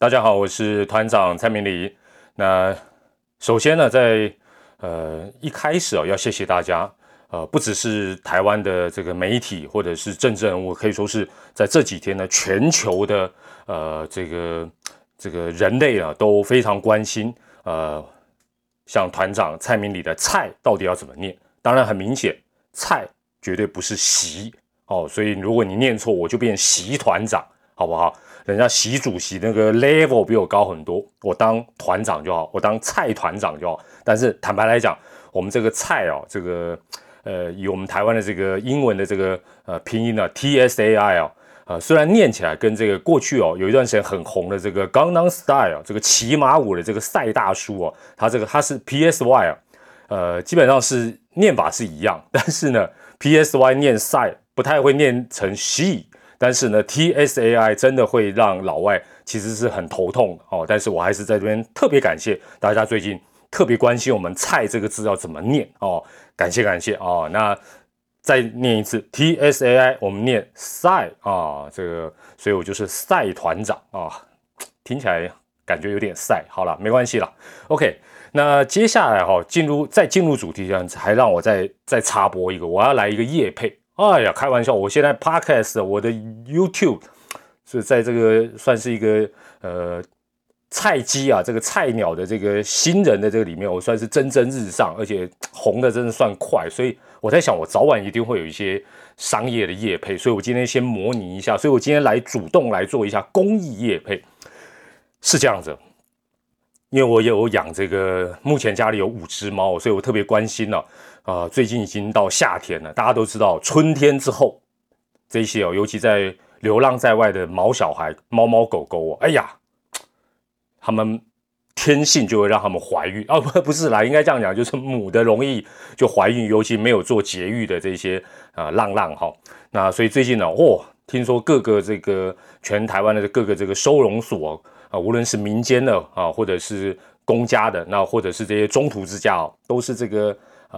大家好，我是团长蔡明黎。那首先呢，在一开始要谢谢大家，不只是台湾的这个媒体或者是政治人物，可以说是在这几天呢，全球的这个人类啊都非常关心像团长蔡明黎的蔡到底要怎么念？当然很明显，蔡绝对不是习哦，所以如果你念错，我就变习团长，好不好？人家习主席那个 level 比我高很多，我当团长就好，我当蔡团长就好。但是坦白来讲，我们这个蔡哦，这个以我们台湾的这个英文的这个拼音呢 TSAI 啊，虽然念起来跟这个过去哦有一段时间很红的这个 Gangnam Style 这个骑马舞的这个赛大叔哦，他是 PSY 啊，基本上是念法是一样，但是呢 PSY 念赛不太会念成 she。但是呢 ，TSAI 真的会让老外其实是很头痛哦。但是我还是在这边特别感谢大家最近特别关心我们"蔡"这个字要怎么念哦，感谢哦。那再念一次 TSAI， 我们念赛啊，这个，所以我就是赛团长啊，听起来感觉有点赛。好了，没关系啦。OK， 那接下来进入主题，这样子还让我再插播一个，我要来一个业配。哎呀，开玩笑！我现在 Podcast 我的 YouTube 是在这个算是一个菜鸡啊，这个菜鸟的这个新人的这个里面，我算是蒸蒸日上，而且红的真的算快，所以我在想，我早晚一定会有一些商业的业配，所以我今天先模拟一下，所以我今天主动来做一下公益业配，是这样子。因为我有养这个，目前家里有5只猫，所以我特别关心了。最近已经到夏天了，大家都知道，春天之后，这些尤其在流浪在外的毛小孩、猫猫狗狗哎呀，他们天性就会让他们怀孕啊，不是啦，应该这样讲，就是母的容易就怀孕，尤其没有做节育的这些浪哈。那所以最近呢，听说各个这个全台湾的各个这个收容所无论是民间的或者是公家的，那或者是这些中途之家都是这个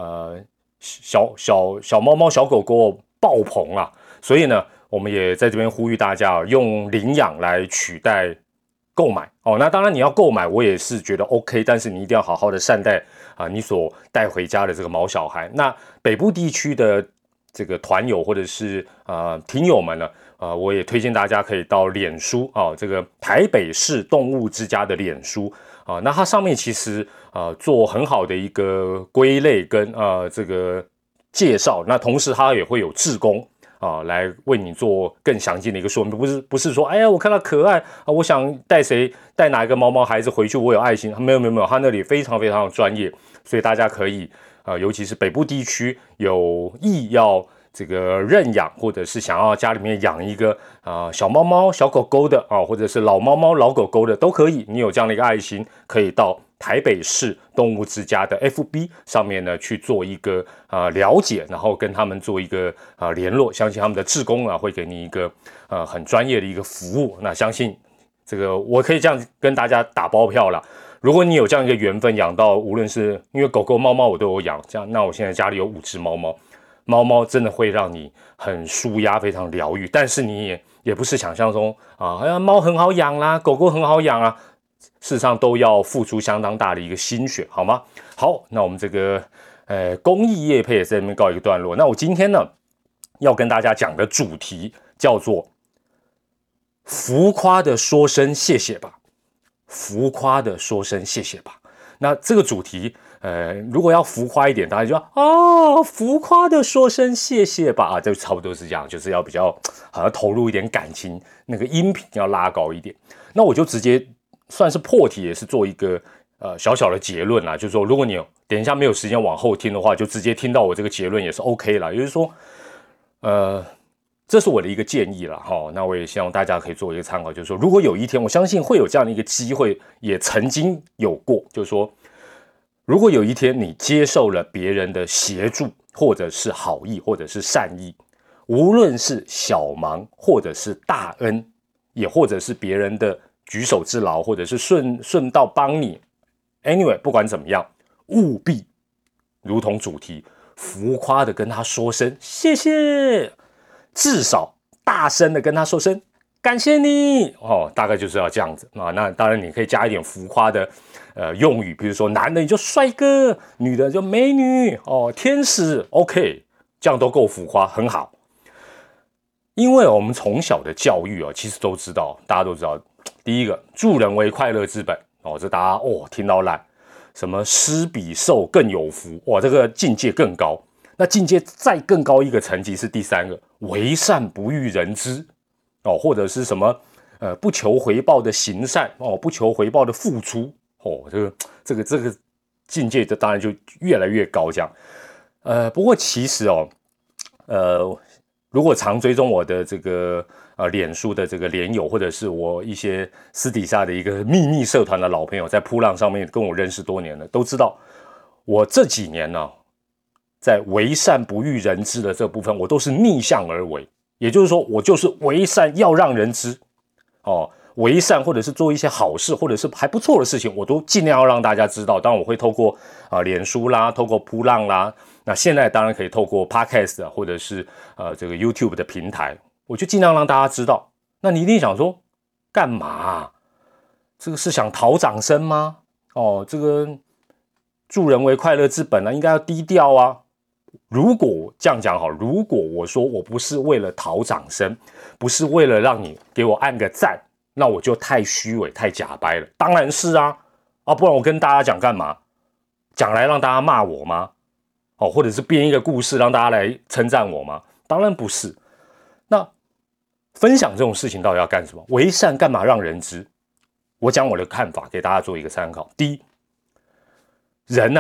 小猫猫小狗狗爆棚啊，所以呢，我们也在这边呼吁大家用领养来取代购买哦。那当然你要购买，我也是觉得 OK， 但是你一定要好好的善待你所带回家的这个毛小孩。那北部地区的这个团友或者是听友们呢，我也推荐大家可以到脸书这个台北市动物之家的脸书那它上面其实做很好的一个归类跟这个介绍，那同时它也会有志工来为你做更详尽的一个说明，不是说哎呀我看到可爱我想带哪一个毛毛孩子回去，我有爱心，没有，他那里非常非常的专业，所以大家可以尤其是北部地区有意要这个认养，或者是想要家里面养一个小猫猫小狗狗的或者是老猫猫老狗狗的都可以，你有这样的一个爱心，可以到台北市动物之家的 FB 上面呢去做一个了解，然后跟他们做一个联络，相信他们的志工会给你一个很专业的一个服务。那相信这个我可以这样跟大家打包票了。如果你有这样一个缘分养到，无论是因为狗狗猫猫我都有养，这样那我现在家里有5只猫猫，猫猫真的会让你很舒压，非常疗愈。但是你也不是想象中猫很好养啦，狗狗很好养啊，事实上都要付出相当大的一个心血，好吗？好，那我们这个公益业配也在这边告一个段落。那我今天呢要跟大家讲的主题叫做浮夸的说声谢谢吧，浮夸的说声谢谢吧。那这个主题如果要浮夸一点，大家就浮夸的说声谢谢吧就差不多是这样，就是要比较好像投入一点感情，那个音频要拉高一点。那我就直接算是破题，也是做一个小小的结论啦，就是说如果你等一下没有时间往后听的话，就直接听到我这个结论也是 OK 啦。也就是说这是我的一个建议啦那我也希望大家可以做一个参考，就是说如果有一天，我相信会有这样的一个机会，也曾经有过，就是说如果有一天你接受了别人的协助，或者是好意，或者是善意，无论是小忙或者是大恩，也或者是别人的举手之劳，或者是顺道帮你 anyway 不管怎么样，务必如同主题浮夸的跟他说声谢谢，至少大声的跟他说声感谢你哦，大概就是要这样子啊。那当然你可以加一点浮夸的用语，比如说男的你就帅哥，女的就美女哦，天使 ，OK， 这样都够浮夸，很好。因为我们从小的教育其实都知道，大家都知道，第一个助人为快乐之本哦，这大家听到烂。什么施比受更有福，哇，这个境界更高。那境界再更高一个层级是第三个，为善不欲人知哦，或者是什么不求回报的行善哦，不求回报的付出哦，这个境界当然就越来越高这样。不过其实如果常追踪我的这个脸书的这个连友，或者是我一些私底下的一个秘密社团的老朋友，在噗浪上面跟我认识多年了，都知道我这几年呢，在为善不欲人知的这部分，我都是逆向而为，也就是说，我就是为善要让人知哦，为善或者是做一些好事，或者是还不错的事情，我都尽量要让大家知道。当然，我会透过脸书啦，透过噗浪啦。那现在当然可以透过 Podcast 或者是这个 YouTube 的平台，我就尽量让大家知道。那你一定想说，干嘛？这个是想讨掌声吗？哦，这个助人为快乐之本应该要低调啊。如果这样讲好，如果我说我不是为了讨掌声，不是为了让你给我按个赞，那我就太虚伪、太假掰了。当然是啊，不然我跟大家讲干嘛？讲来让大家骂我吗？或者是编一个故事让大家来称赞我吗？当然不是。那分享这种事情到底要干什么？为善干嘛让人知？我讲我的看法给大家做一个参考。第一，人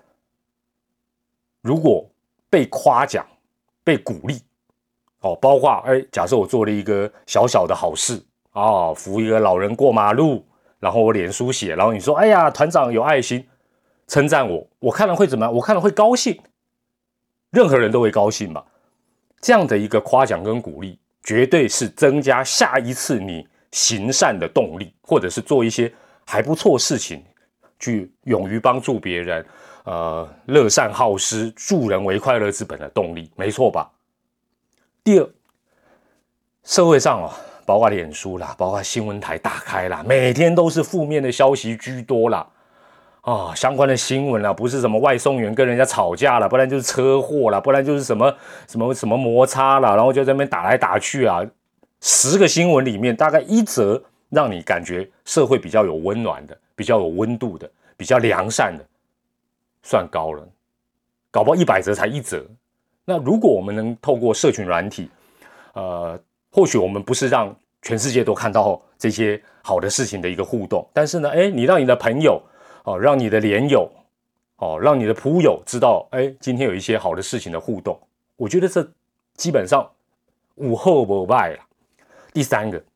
如果被夸奖、被鼓励，包括假设我做了一个小小的好事扶一个老人过马路，然后我脸书写，然后你说哎呀团长有爱心，称赞我，我看了会怎么样？我看了会高兴。任何人都会高兴嘛，这样的一个夸奖跟鼓励，绝对是增加下一次你行善的动力，或者是做一些还不错事情，去勇于帮助别人，乐善好施，助人为快乐之本的动力，没错吧？第二，社会上包括脸书啦，包括新闻台打开啦，每天都是负面的消息居多啦。相关的新闻啦，不是什么外送员跟人家吵架啦，不然就是车祸啦，不然就是什么摩擦啦，然后就在那边打来打去10个新闻里面大概1则让你感觉社会比较有温暖的，比较有温度的，比较良善的，算高了，搞不好100则才1则。那如果我们能透过社群软体，或许我们不是让全世界都看到这些好的事情的一个互动，但是呢，你让你的朋友让你的连友让你的仆友知道今天有一些好的事情的互动，我觉得这基本上无后不败了。第三个，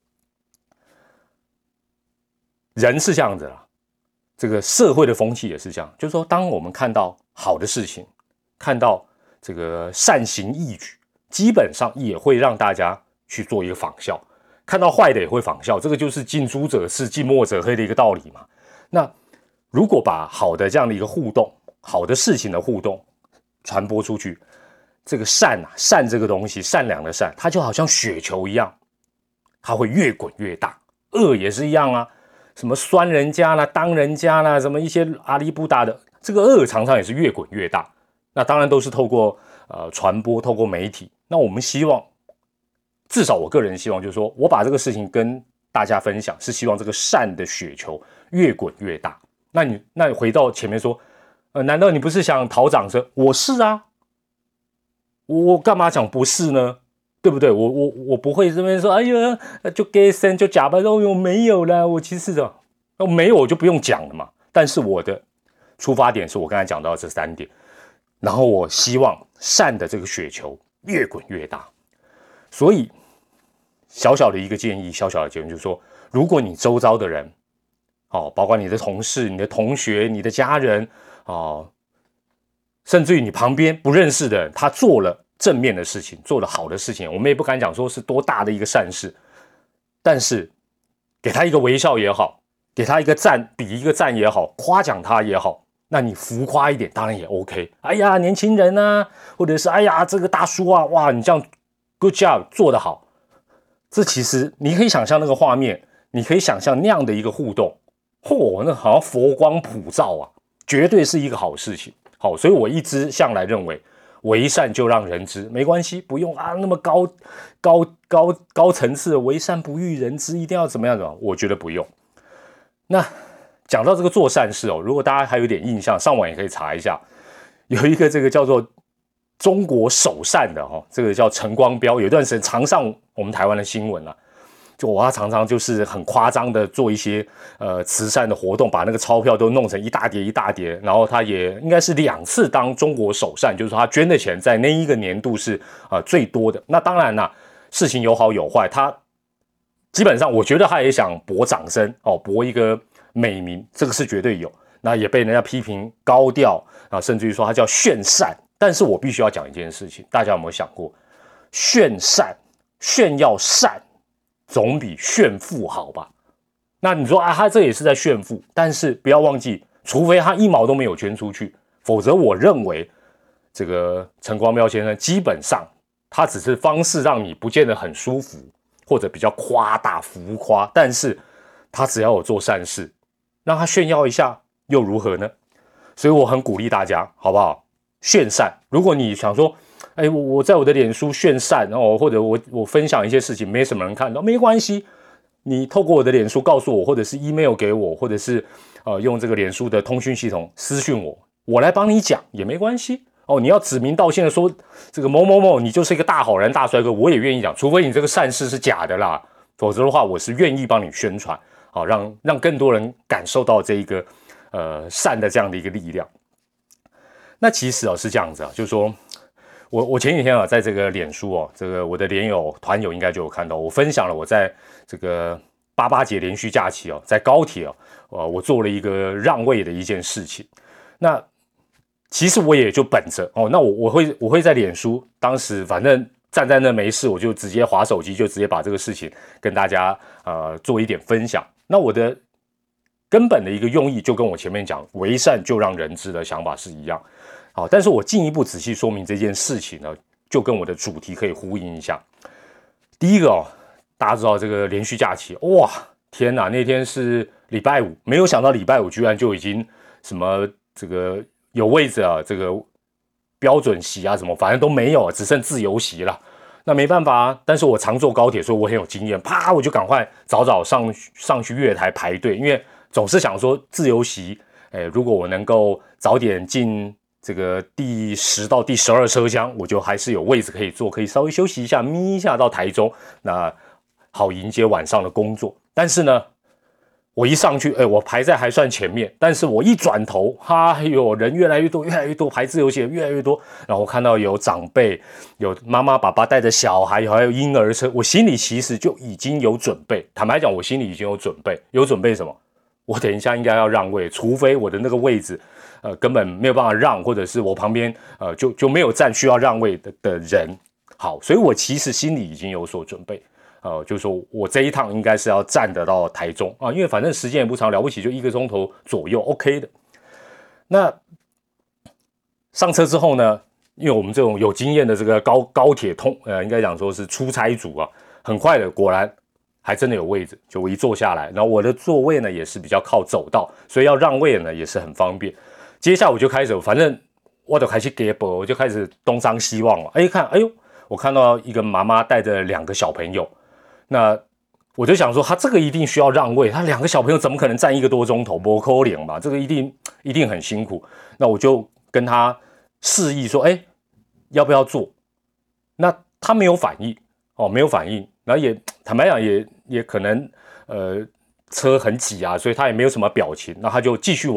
人是这样子啦，这个社会的风气也是这样，就是说当我们看到好的事情，看到这个善行义举，基本上也会让大家去做一个仿效，看到坏的也会仿效，这个就是近朱者赤，近墨者黑的一个道理嘛。那如果把好的这样的一个互动，好的事情的互动传播出去，这个善这个东西，善良的善，它就好像雪球一样，它会越滚越大。恶也是一样什么酸人家啦、当人家啦，什么一些阿里不达的，这个恶常常也是越滚越大。那当然都是透过传播，透过媒体。那我们希望，至少我个人希望就是说，我把这个事情跟大家分享，是希望这个善的雪球越滚越大。那你回到前面说，难道你不是想讨掌声？我是啊，我干嘛讲不是呢？对不对？我不会这边说，哎呀，就给声就假扮说我没有啦，我其实没有我就不用讲了嘛。但是我的出发点是我刚才讲到这3点，然后我希望善的这个雪球越滚越大。所以小小的一个建议，小小的结论就是说，如果你周遭的人包括你的同事、你的同学、你的家人甚至于你旁边不认识的人，他做了正面的事情，做了好的事情，我们也不敢讲说是多大的一个善事，但是给他一个微笑也好，给他一个赞，比一个赞也好，夸奖他也好，那你浮夸一点当然也 OK。哎呀，年轻人或者是哎呀这个大叔哇，你这样 good job 做得好， 这其实你可以想象那个画面，你可以想象那样的一个互动，那好像佛光普照啊，绝对是一个好事情。好，所以我一直向来认为，为善就让人知，没关系，不用啊那么高层次的为善不欲人知，一定要怎么样？我觉得不用。那讲到这个做善事哦，如果大家还有点印象，上网也可以查一下，有一个这个叫做中国首善的这个叫陈光标，有一段时间常上我们台湾的新闻啊。就他常常就是很夸张的做一些慈善的活动，把那个钞票都弄成一大叠一大叠，然后他也应该是2次当中国首善，就是说他捐的钱在那一个年度是最多的。那当然啦，事情有好有坏，他基本上我觉得他也想博掌声博一个美名，这个是绝对有。那也被人家批评高调啊，甚至于说他叫炫善。但是我必须要讲一件事情，大家有没有想过，炫善炫耀善总比炫富好吧？那你说他这也是在炫富，但是不要忘记，除非他1毛都没有捐出去，否则我认为这个陈光标先生基本上他只是方式让你不见得很舒服，或者比较夸大浮夸，但是他只要有做善事，让他炫耀一下又如何呢？所以我很鼓励大家，好不好？炫善，如果你想说我在我的脸书炫善或者我分享一些事情没什么人看到，没关系，你透过我的脸书告诉我，或者是 email 给我，或者是用这个脸书的通讯系统私讯我，我来帮你讲也没关系你要指名道姓的说这个某某某你就是一个大好人大帅哥，我也愿意讲，除非你这个善事是假的啦，否则的话我是愿意帮你宣传，让更多人感受到这一个善的这样的一个力量。那其实是这样子就是说我前几天在这个脸书这个我的连友团友应该就有看到，我分享了我在这个88节连续假期在高铁我做了一个让位的一件事情。那其实我也就本着那我会在脸书，当时反正站在那没事，我就直接滑手机，就直接把这个事情跟大家做一点分享。那我的根本的一个用意就跟我前面讲为善就让人知的想法是一样。好，但是我进一步仔细说明这件事情呢，就跟我的主题可以呼应一下。第一个大家知道这个连续假期，哇，天哪，那天是礼拜五，没有想到礼拜五居然就已经什么这个有位置这个标准席什么，反正都没有，只剩自由席了。那没办法但是我常坐高铁，所以我很有经验，啪我就赶快早上去月台排队，因为总是想说自由席，如果我能够早点进这个第10到第12车厢，我就还是有位置可以坐，可以稍微休息一下，眯一下到台中，那好迎接晚上的工作。但是呢，我一上去，我排在还算前面，但是我一转头，人越来越多，排自由席越来越多，然后我看到有长辈，有妈妈爸爸带着小孩，还有婴儿车，我心里其实就已经有准备。坦白讲，我心里已经有准备，有准备什么？我等一下应该要让位，除非我的那个位置根本没有办法让，或者是我旁边就没有站需要让位的人。好，所以我其实心里已经有所准备，就是说我这一趟应该是要站得到台中因为反正时间也不长，了不起就1个钟头左右 OK 的。那上车之后呢，因为我们这种有经验的这个高铁应该讲说是出差组很快的果然还真的有位置，就我一坐下来，然后我的座位呢也是比较靠走道，所以要让位呢也是很方便。接下来我就开始，反正我就开始给我就开始东张西望了。我看到一个妈妈带着2个小朋友，那我就想说，他这个一定需要让位，他2个小朋友怎么可能站1个多钟头？不可能嘛，这个一定很辛苦。那我就跟他示意说，要不要坐？那他没有反应没有反应。然后也坦白讲也可能车很挤所以他也没有什么表情，那他就继续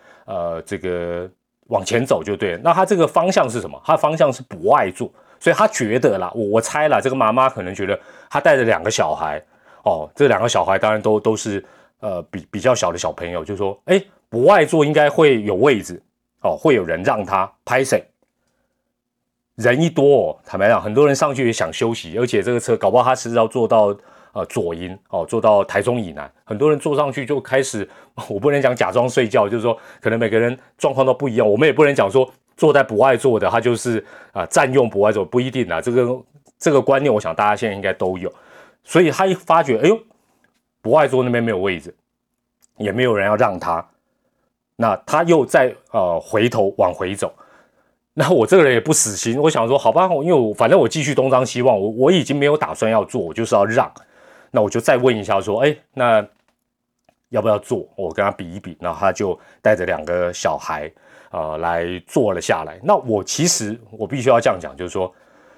往前走就对了。那他这个方向是什么？他的方向是不爱坐，所以他觉得啦，我猜啦，这个妈妈可能觉得他带着2个小孩这2个小孩当然都是比较小的小朋友，就说不爱坐应该会有位置会有人让他拍谁。人一多坦白讲，很多人上去也想休息，而且这个车搞不好他是要坐到左营坐到台中以南，很多人坐上去就开始，我不能讲假装睡觉，就是说可能每个人状况都不一样，我们也不能讲说坐在不爱坐的他就是占用不爱坐，不一定这个观念我想大家现在应该都有。 所以他一发觉，哎呦，博爱座那边没有位置，也没有人要让他，那他又再回头往回走。那我这个人也不死心，我想说好吧，因为反正我继续东张西望，我已经没有打算要做，我就是要让。那我就再问一下说，哎，那要不要做？我跟他比一比，然后他就带着2个小孩来坐了下来。那其实我必须要这样讲，就是说，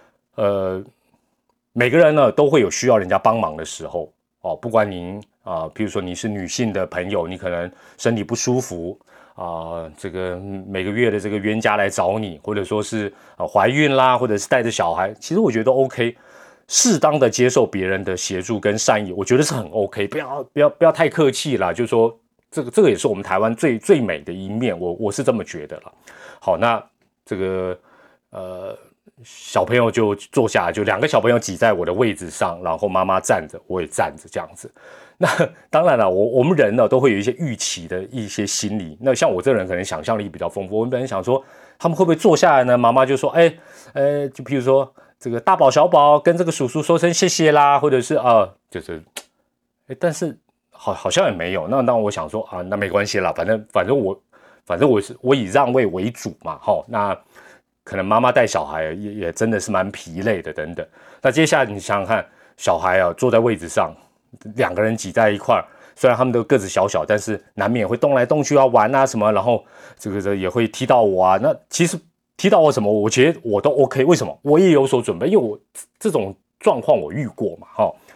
每个人呢都会有需要人家帮忙的时候哦，不管您比如说你是女性的朋友，你可能身体不舒服。这个每个月的这个冤家来找你，或者说是怀孕啦，或者是带着小孩，其实我觉得都 OK， 适当的接受别人的协助跟善意，我觉得是很 OK， 不要太客气啦，就是说这个也是我们台湾最美的一面，我是这么觉得啦。好，那这个小朋友就坐下来，就2个小朋友挤在我的位置上，然后妈妈站着，我也站着这样子。那当然了，我们人呢都会有一些预期的一些心理。那像我这个人可能想象力比较丰富，我本来想说他们会不会坐下来呢？妈妈就说：“就譬如说这个大宝小宝跟这个叔叔说声谢谢啦，或者是就是但是好像也没有。那我想说那没关系啦，反正我以让位为主嘛，那可能妈妈带小孩也真的是蛮疲累的等等。那接下来你想想看，小孩坐在位置上。2个人挤在一块儿，虽然他们都个子小小，但是难免会动来动去要玩啊什么，然后这个也会踢到我啊。那其实踢到我什么，我觉得我都 OK。为什么？我也有所准备，因为我这种状况我遇过嘛。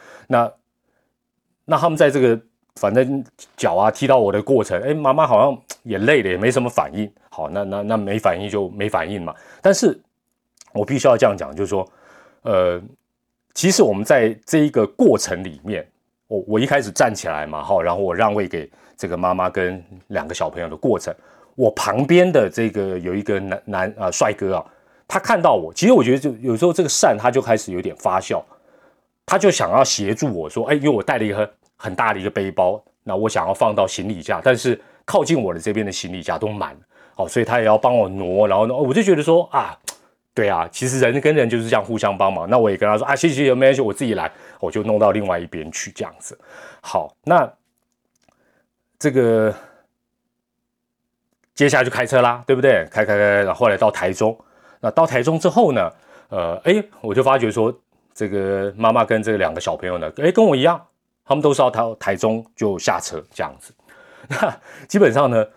那他们在这个反正脚踢到我的过程，妈妈好像也累了，也没什么反应。好，那没反应就没反应嘛。但是我必须要这样讲，就是说，其实我们在这一个过程里面。我一开始站起来嘛，然后我让位给这个妈妈跟2个小朋友的过程，我旁边的这个有一个帅哥他看到我，其实我觉得就有时候这个善他就开始有点发酵，他就想要协助我说，因为我带了一个很大的一个背包，那我想要放到行李架，但是靠近我的这边的行李架都满了，所以他也要帮我挪，然后呢，我就觉得说对啊，其实人跟人就是这样互相帮忙。那我也跟他说谢谢，没关系，我自己来，我就弄到另外一边去这样子。好，那这个接下来就开车啦，对不对？开，然后后来到台中。那到台中之后呢，我就发觉说，这个妈妈跟这2个小朋友呢，跟我一样，他们都是要到台中就下车这样子。那基本上呢，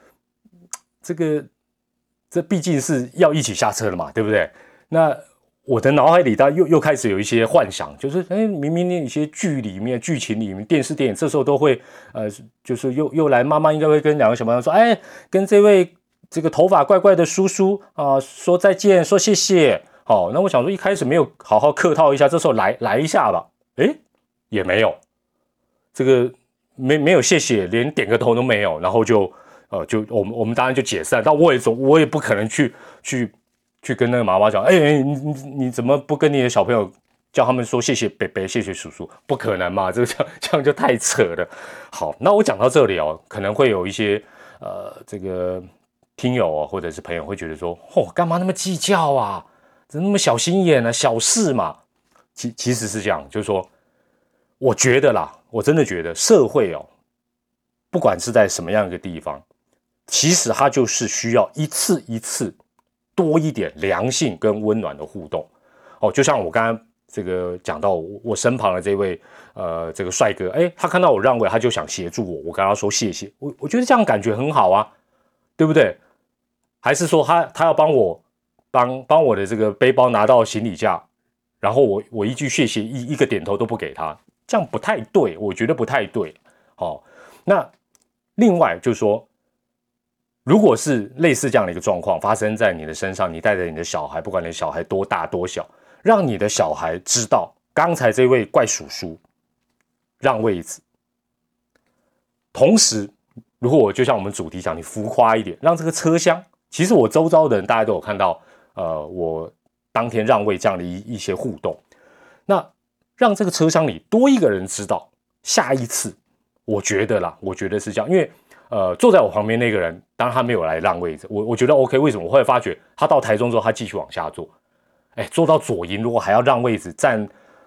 这毕竟是要一起下车的嘛，对不对？那我的脑海里又开始有一些幻想，就是明明那些剧情里面、电视电影，这时候都会就是又来，妈妈应该会跟2个小朋友说，跟这位这个头发怪怪的叔叔说再见，说谢谢。好，那我想说一开始没有好好客套一下，这时候来一下吧，也没有，这个没有谢谢，连点个头都没有，然后就我们当然就解散，但我也不可能去跟那个妈妈讲，你怎么不跟你的小朋友叫他们说谢谢伯伯，谢谢叔叔？不可能嘛，这样就太扯了。好，那我讲到这里可能会有一些这个听友或者是朋友会觉得说，干嘛那么计较啊？怎么那么小心眼呢？小事嘛。其实是这样，就是说，我觉得啦，我真的觉得社会不管是在什么样一个地方。其实它就是需要一次一次多一点良性跟温暖的互动就像我刚刚这个讲到我身旁的这位这个帅哥，他看到我让位，他就想协助我跟他说谢谢，我觉得这样感觉很好啊，对不对？还是说他要帮我的这个背包拿到行李架，然后我一句谢谢一个点头都不给他，这样不太对，我觉得不太对。那另外就是说，如果是类似这样的一个状况发生在你的身上，你带着你的小孩，不管你的小孩多大多小，让你的小孩知道刚才这位怪叔叔让位置。同时，如果我就像我们主题讲，你浮夸一点，让这个车厢，其实我周遭的人大家都有看到，我当天让位这样的一些互动，那让这个车厢里多一个人知道，下一次，我觉得是这样，因为坐在我旁边那个人，当然他没有来让位置，我觉得 OK。为什么？我后来发觉他到台中之后，他继续往下坐，坐到左营，如果还要让位置，站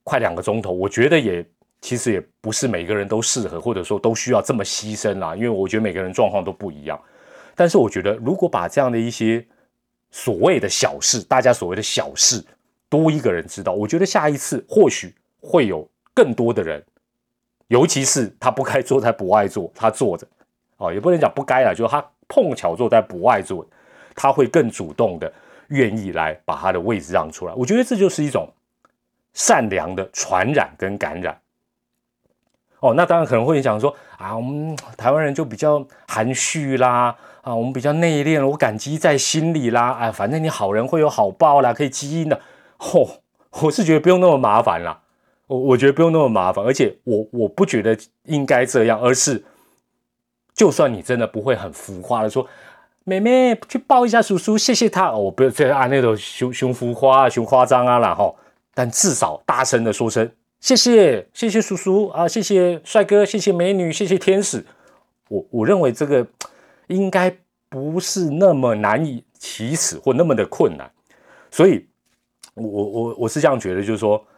快2个钟头，我觉得其实也不是每个人都适合，或者说都需要这么牺牲啦，因为我觉得每个人状况都不一样。但是我觉得如果把这样的一些所谓的小事，大家所谓的小事，多一个人知道，我觉得下一次或许会有更多的人，尤其是他不该做他不爱做，他做着也不能讲不该啦，就是他碰巧做但不爱做，他会更主动的愿意来把他的位置让出来。我觉得这就是一种善良的传染跟感染。那当然可能会讲说我们台湾人就比较含蓄啦，我们比较内敛，我感激在心里啦，反正你好人会有好报啦，可以基因的。我是觉得不用那么麻烦啦，我觉得不用那么麻烦，而且我不觉得应该这样，而是就算你真的不会很浮夸的说，妹妹去抱一下叔叔，谢谢他，我不要这那种胸浮夸、胸夸张啦但至少大声的说声谢谢，谢谢叔叔谢谢帅哥，谢谢美女，谢谢天使。我认为这个应该不是那么难以启齿或那么的困难，所以我是这样觉得，就是说，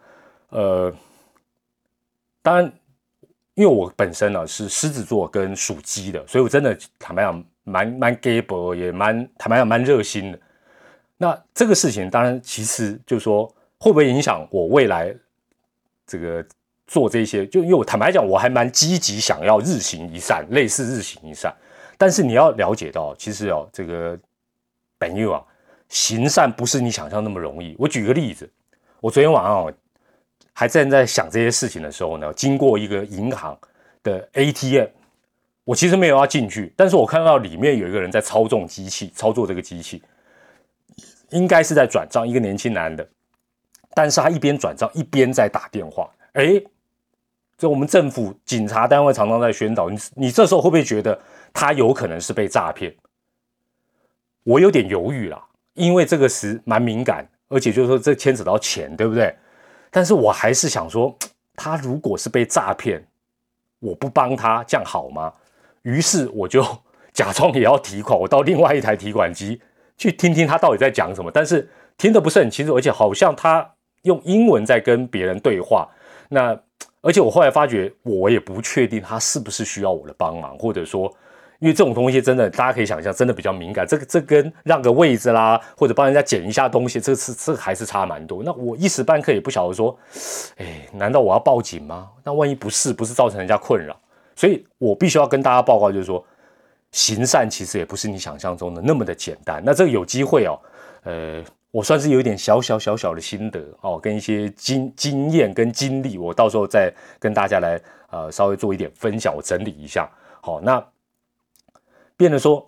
当然，因为我本身呢是狮子座跟属鸡的，所以我真的坦白讲蛮 gay 博，也坦白讲蛮热心的。那这个事情当然其实就是说会不会影响我未来这个做这些，就因为我坦白讲我还蛮积极想要日行一善，类似日行一善，但是你要了解到其实这个朋友行善不是你想象那么容易。我举个例子，我昨天晚上还正在想这些事情的时候呢，经过一个银行的 ATM， 我其实没有要进去，但是我看到里面有一个人在操作这个机器，应该是在转账，一个年轻男的，但是他一边转账一边在打电话。这我们政府警察单位常常在宣导，你这时候会不会觉得他有可能是被诈骗？我有点犹豫啦，因为这个是蛮敏感，而且就是说这牵扯到钱，对不对？但是我还是想说，他如果是被诈骗，我不帮他，这样好吗？于是我就假装也要提款，我到另外一台提款机去听听他到底在讲什么，但是听得不是很清楚，而且好像他用英文在跟别人对话。那而且我后来发觉，我也不确定他是不是需要我的帮忙，或者说，因为这种东西真的大家可以想象，真的比较敏感。这跟让个位置啦，或者帮人家捡一下东西，这还是差蛮多。那我一时半刻也不晓得说，难道我要报警吗？那万一不是造成人家困扰，所以我必须要跟大家报告，就是说，行善其实也不是你想象中的那么的简单。那这个有机会我算是有一点小小的心得跟一些经验跟经历，我到时候再跟大家来稍微做一点分享，我整理一下。那变得说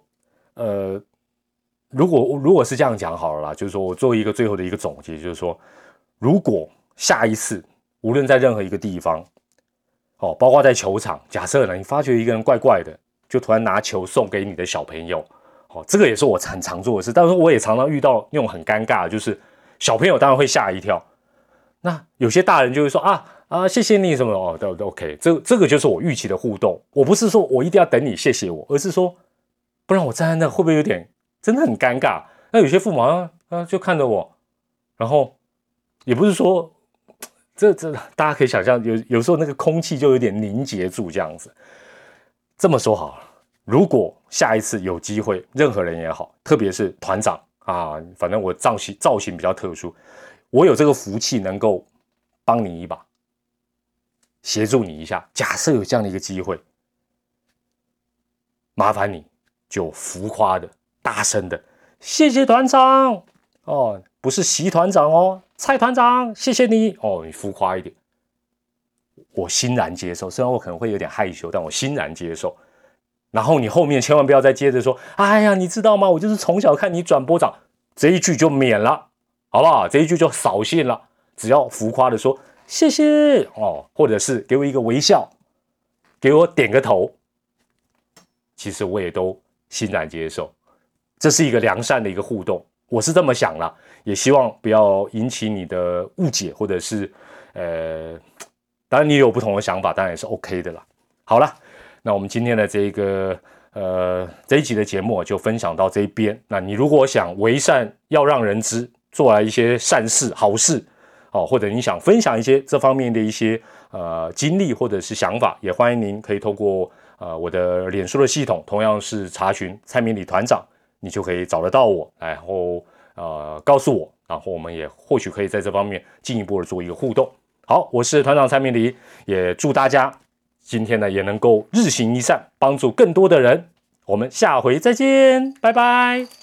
如果是这样讲好了啦，就是说我做一个最后的一个总结，就是说，如果下一次无论在任何一个地方包括在球场，假设呢你发觉一个人怪怪的，就突然拿球送给你的小朋友。这个也是我很常做的事，但是我也常常遇到那种很尴尬的，就是小朋友当然会吓一跳，那有些大人就会说谢谢你什么对 OK， 这个就是我预期的互动。我不是说我一定要等你谢谢我，而是说不然我站在那会不会有点真的很尴尬？那有些父母就看着我，然后也不是说这大家可以想象，有时候那个空气就有点凝结住这样子。这么说好了，如果下一次有机会，任何人也好，特别是团长反正我造型比较特殊，我有这个福气能够帮你一把，协助你一下。假设有这样的一个机会，麻烦你就浮夸的、大声的，谢谢团长不是习团长蔡团长，谢谢你你浮夸一点，我欣然接受。虽然我可能会有点害羞，但我欣然接受。然后你后面千万不要再接着说，哎呀，你知道吗？我就是从小看你转播长，这一句就免了，好不好？这一句就扫兴了。只要浮夸的说谢谢或者是给我一个微笑，给我点个头，其实我也都欣然接受。这是一个良善的一个互动，我是这么想啦，也希望不要引起你的误解，或者是当然你有不同的想法，当然也是 OK 的啦。好啦。那我们今天的这一集的节目就分享到这边。那你如果想为善要让人知，做来一些善事好事哦，或者你想分享一些这方面的一些经历或者是想法，也欢迎您可以透过我的脸书的系统，同样是查询蔡明理团长，你就可以找得到我，然后告诉我，然后我们也或许可以在这方面进一步的做一个互动。好，我是团长蔡明理，也祝大家今天呢也能够日行一善，帮助更多的人。我们下回再见，拜拜。